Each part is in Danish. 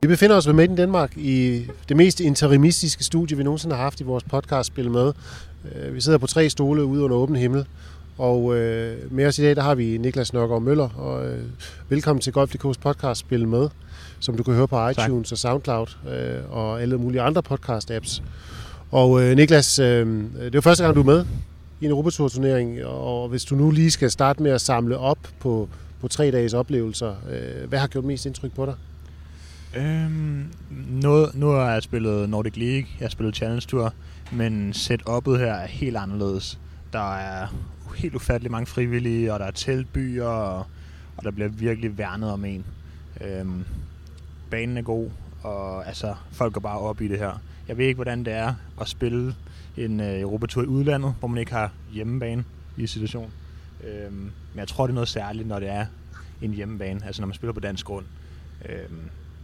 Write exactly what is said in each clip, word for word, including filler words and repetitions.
befinder os ved Made in Denmark i det mest interimistiske studie, vi nogensinde har haft i vores podcast Spil Med. Vi sidder på tre stole ude under åben himmel, og øh, med os i dag, der har vi Niklas Nørgaard Møller, og øh, velkommen til Golf punktum dk's podcast Spil Med, som du kan høre på iTunes tak. Og SoundCloud øh, og alle mulige andre podcast-apps. Og øh, Niklas, øh, det er jo første gang, du er med i en Europatur-turnering, og hvis du nu lige skal starte med at samle op på, på tre dages oplevelser, øh, hvad har gjort mest indtryk på dig? Øhm, nu, nu har jeg spillet Nordic League, jeg har spillet Challenge Tour, men setup'et her er helt anderledes. Der er helt ufattelig mange frivillige, og der er teltbyer, og, og der bliver virkelig værnet om en. Øhm, banen er god, og altså, folk går bare op i det her. Jeg ved ikke, hvordan det er at spille en øh, Europatur i udlandet, hvor man ikke har hjemmebane i situation. Øhm, men jeg tror, det er noget særligt, når det er en hjemmebane, altså når man spiller på dansk grund. Øhm,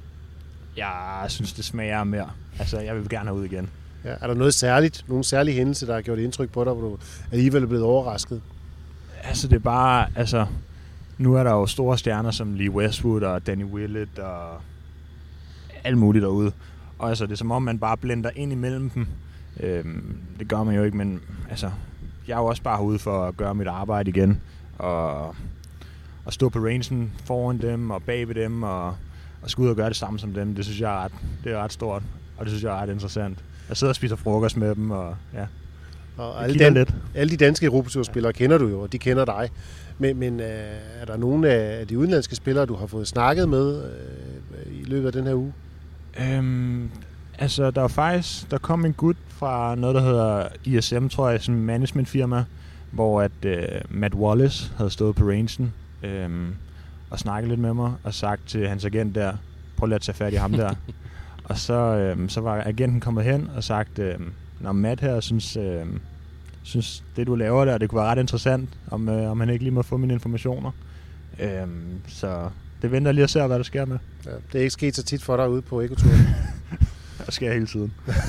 jeg synes, det smager mere. Altså, jeg vil gerne have ud igen. Ja, er der noget særligt, nogle særlige hændelser, der har gjort indtryk på dig, hvor du alligevel er blevet overrasket? Altså, det er bare, altså, nu er der jo store stjerner som Lee Westwood og Danny Willett og alt muligt derude. Og altså, det er som om, man bare blender ind imellem dem. Øhm, det gør man jo ikke, men altså, jeg er jo også bare herude for at gøre mit arbejde igen. Og, og stå på rangen foran dem og bag ved dem og, og skulle ud og gøre det samme som dem. Det synes jeg er ret, det er ret stort, og det synes jeg er ret interessant. Jeg sidder og spiser frokost med dem, og ja, og alle, dan- lidt. alle de danske Europatur-spillere ja. kender du jo, og de kender dig. Men, men øh, er der nogle af de udenlandske spillere, du har fået snakket med øh, i løbet af den her uge? Øhm, altså, der var faktisk, der kom en gut fra noget, der hedder I S M, tror jeg, sådan en managementfirma, hvor at øh, Matt Wallace havde stået på rangen øh, og snakket lidt med mig, og sagt til hans agent der, prøv lige at tage fat i ham der. Og så, øh, så var agenten kommet hen og sagt, øh, når Matt her synes, øh, synes, det du laver der, det kunne være ret interessant, om, øh, om han ikke lige må få mine informationer. Øh, så det venter lige at se, hvad der sker med. Ja, det er ikke sket så tit for dig ude på Ekoturen. Det sker hele tiden.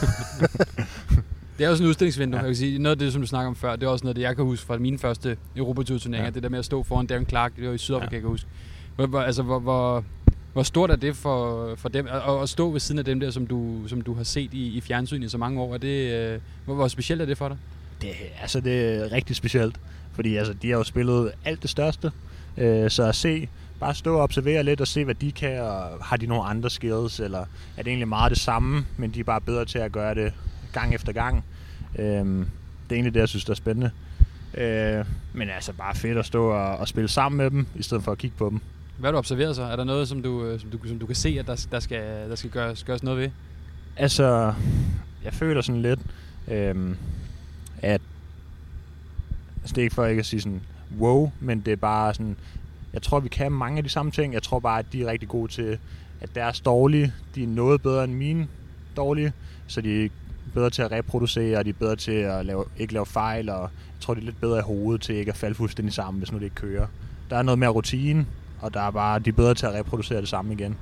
Det er også en udstillingsvindue, ja. Jeg kan sige. Noget af det, som du snakker om før, det er også noget, det jeg kan huske fra mine første Europatur-turneringer. Ja. Det der med at stå foran Darren Clarke, det var i Sydafrika, ja. Jeg kan huske. Hvor, hvor, altså, hvor, hvor, hvor stort er det for, for dem, at, at stå ved siden af dem der, som du, som du har set i, i fjernsynet i så mange år? Er det, øh, hvor, hvor specielt er det for dig? Det, altså, det er rigtig specielt, fordi altså, de har jo spillet alt det største, øh, så at se, bare stå og observere lidt og se, hvad de kan, og har de nogle andre skills, eller er det egentlig meget det samme, men de er bare bedre til at gøre det gang efter gang. Øhm, det er egentlig det, jeg synes, der er spændende. Øh, men altså bare fedt at stå og, og spille sammen med dem, i stedet for at kigge på dem. Hvad har du observeret så? Er der noget, som du, som du, som du kan se, at der, der skal, der skal gøres, gøres noget ved? Altså, jeg føler sådan lidt, øhm, at altså, det er ikke for ikke at sige sådan, wow, men det er bare sådan, jeg tror, vi kan mange af de samme ting. Jeg tror bare, at de er rigtig gode til, at deres dårlige, de er noget bedre end mine dårlige, så de er bedre til at reproducere, og de er bedre til at lave, ikke lave fejl, og jeg tror, de er lidt bedre i hovedet til ikke at falde fuldstændig sammen, hvis nu det ikke kører. Der er noget mere rutine, og der er bare, de er bedre til at reproducere det samme igen.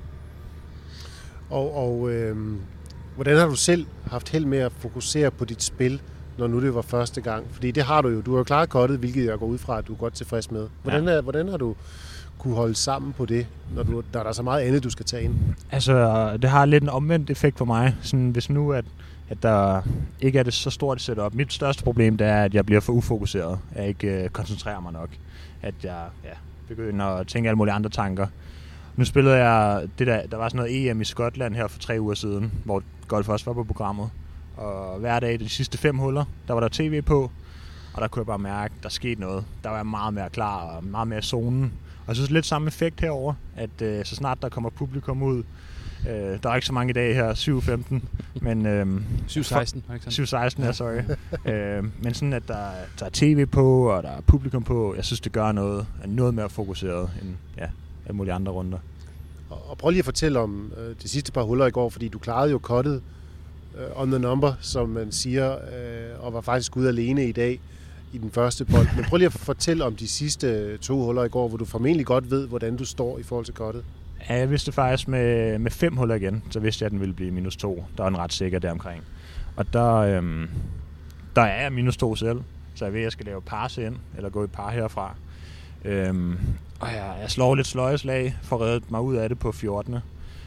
Og, og øh, hvordan har du selv haft held med at fokusere på dit spil, når nu det var første gang? Fordi det har du jo. Du har jo klaret cuttet, hvilket jeg går ud fra, at du er godt tilfreds med. Hvordan, er, hvordan har du kunne holde sammen på det, når du, der er der så meget andet, du skal tage ind? Altså, det har lidt en omvendt effekt for mig. Sådan, hvis nu, at, at der ikke er det så stort setup. Mit største problem, det er, at jeg bliver for ufokuseret. Jeg ikke øh, koncentrerer mig nok. At jeg ja, begynder at tænke alle mulige andre tanker. Nu spillede jeg, det der, der var sådan noget E M i Skotland her for tre uger siden, hvor golf også var på programmet. Og hver dag de sidste fem huller, der var der tv på, og der kunne jeg bare mærke, der skete noget. Der var jeg meget mere klar og meget mere i zonen. Og jeg synes lidt samme effekt herover, at øh, så snart der kommer publikum ud, øh, der er ikke så mange i dag her, syv femten, men øh, syv seksten, syv seksten, ja, sorry. øh, men sådan at der, der er tv på, og der er publikum på, jeg synes det gør noget, er noget mere fokuseret end ja, alle mulige andre runder. Og, og prøv lige at fortælle om øh, de sidste par huller i går, fordi du klarede jo cuttet uh, on the number, som man siger, uh, og var faktisk ude alene i dag i den første bold. Men prøv lige at fortælle om de sidste to huller i går, hvor du formentlig godt ved, hvordan du står i forhold til cuttet. Ja, jeg vidste faktisk med, med fem huller igen, så vidste jeg, at den ville blive minus to. Der var den ret sikker deromkring. Og der, øhm, der er jeg minus to selv, så jeg ved, at jeg skal lave parse ind, eller gå i par herfra. Øhm, og jeg, jeg slår lidt sløjeslag for at redde mig ud af det på fjortende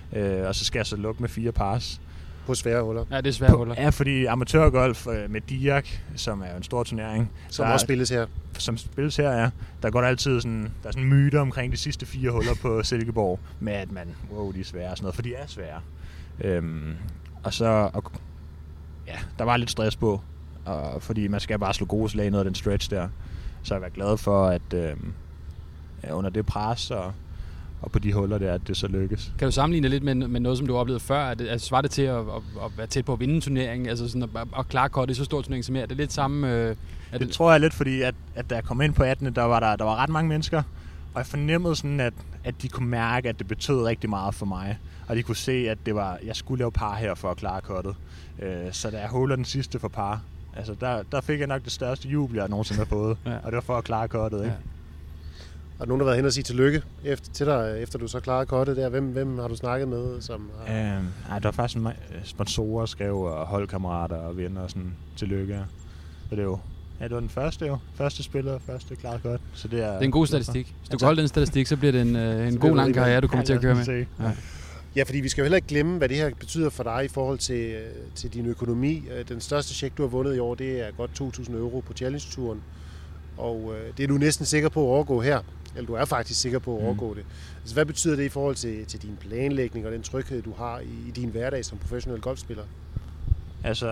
øh, og så skal jeg så lukke med fire pars. På svære huller. Ja, det er svære huller. Ja, fordi amatørgolf øh, med Diak, som er en stor turnering. Som der, også spilles her. Som spilles her, ja. Der går der altid sådan, der er sådan myter omkring de sidste fire huller på Silkeborg, med at man, wow, de er svære og sådan noget, for de er svære. Øhm, og så, og, ja, der var lidt stress på, og, fordi man skal bare slå gode slag ned af den stretch der. Så jeg var glad for, at øh, ja, under det pres og, og på de huller der, at det så lykkes. Kan du sammenligne lidt med, med noget, som du oplevede før? Er det, altså, var det til at, at, at være tæt på at vinde en turnering? Altså sådan at, at klare kort i så stor turnering som her? Er det lidt samme? Øh, det, det tror jeg lidt, fordi at, at da jeg kom ind på attende, der var der, der var ret mange mennesker. Og jeg fornemmede sådan, at, at de kunne mærke, at det betød rigtig meget for mig. Og de kunne se, at det var, jeg skulle lave par her for at klare kortet. Øh, så da jeg huller den sidste for par, altså der, der fik jeg nok det største jubel, jeg nogensinde har fået. Ja. Og det var for at klare kortet, ikke? Ja. Har nogen, der har været hen og sige tillykke efter, til dig, efter du så klarede kortet der? Hvem, hvem har du snakket med? Som har... øhm, ej, der var faktisk en, sponsorer, skrev, og holdkammerater og venner og sådan tillykke. Så det er jo, ja, det var den første jo. Første spiller, første klarede godt. Så det er, det er en god statistik. Hvis du kan holde den statistik, så bliver det en, øh, en god lang karriere, du kommer ja, til at køre med. Ja. Ja, fordi vi skal jo heller ikke glemme, hvad det her betyder for dig i forhold til, til din økonomi. Den største check, du har vundet i år, det er godt to tusind euro på Challenge-turen. Og øh, det er du næsten sikker på at overgå her. Eller du er faktisk sikker på at overgå mm. det. Altså, hvad betyder det i forhold til, til din planlægning og den tryghed, du har i, i din hverdag som professionel golfspiller? Altså,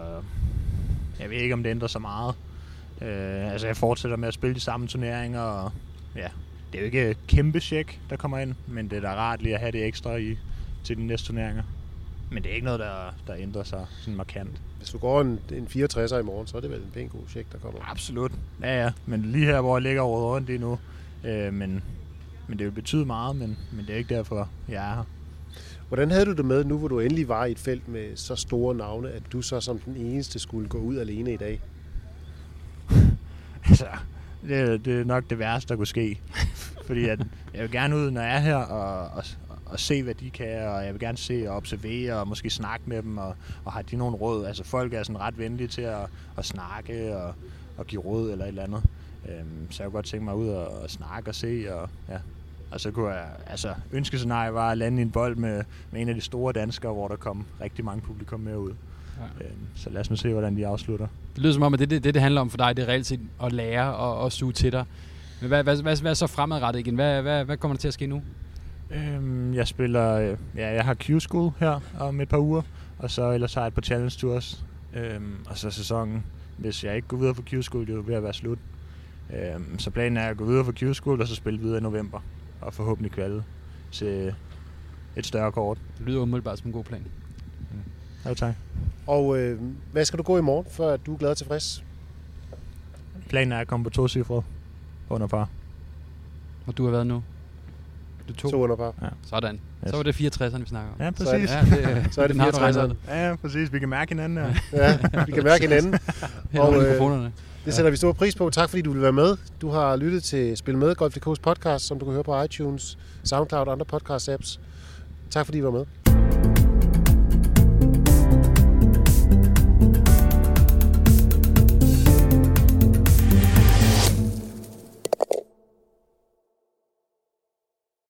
jeg ved ikke, om det ændrer så meget. Øh, altså, jeg fortsætter med at spille de samme turneringer, og ja, det er jo ikke et kæmpe check, der kommer ind, men det er da rart lige at have det ekstra i til de næste turneringer. Men det er ikke noget, der, der ændrer sig sådan markant. Hvis du går en, en fireogtresser i morgen, så er det vel en pæn god check, der kommer. Absolut. Ja, ja. Men lige her, hvor jeg ligger over rundt lige nu, øh, men, men det vil betyde meget, men, men det er ikke derfor, jeg er her. Hvordan havde du det med, nu hvor du endelig var i et felt med så store navne, at du så som den eneste skulle gå ud alene i dag? altså, det, det er nok det værste, der kunne ske. Fordi at jeg vil gerne ud, når jeg er her, og, og, og se, hvad de kan, og jeg vil gerne se og observere, og måske snakke med dem, og, og har de nogle råd. Altså, folk er sådan ret venlige til at, at snakke og, og give råd eller et eller andet. Øhm, så jeg kunne godt tænke mig ud og, og snakke og se, og ja. Og så kunne jeg, altså, ønskescenarie var at lande i en bold med, med en af de store danskere, hvor der kom rigtig mange publikum med ud. Ja. Øhm, så lad os nu se, hvordan de afslutter. Det lyder som om, at det, det, det, det handler om for dig, det er reelt set at lære og, og suge til dig. Men hvad, hvad, hvad, hvad er så fremadrettet igen? Hvad, hvad, hvad kommer der til at ske nu? Øhm, jeg spiller, ja, jeg har Q-School her om et par uger, og så ellers har jeg et par Challenge Tours. Øhm, og så sæsonen, hvis jeg ikke går videre for Q-School, det er jo ved at være slut. Øhm, så planen er at gå videre for Q-School, og så spille videre i november. Og forhåbentlig kvalde til et større kort. Det lyder umiddelbart som en god plan. Mm. Ja, tak. Og øh, hvad skal du gå i morgen, før du er glad og tilfreds? Planen er at komme på to cifre under par. Og du har været nu? Du to? To under par. Ja. Sådan. Yes. Så var det fireogtresserne, vi snakker om. Ja, præcis. Så er det, ja, det, så er det fireogtresserne. Ja, præcis. Vi kan mærke hinanden her. Ja, vi kan mærke hinanden. Og øh, det sætter vi stor pris på. Tak fordi du vil være med. Du har lyttet til Spil Med, Golf punktum d k's podcast, som du kan høre på iTunes, SoundCloud og andre podcast-apps. Tak fordi du var med.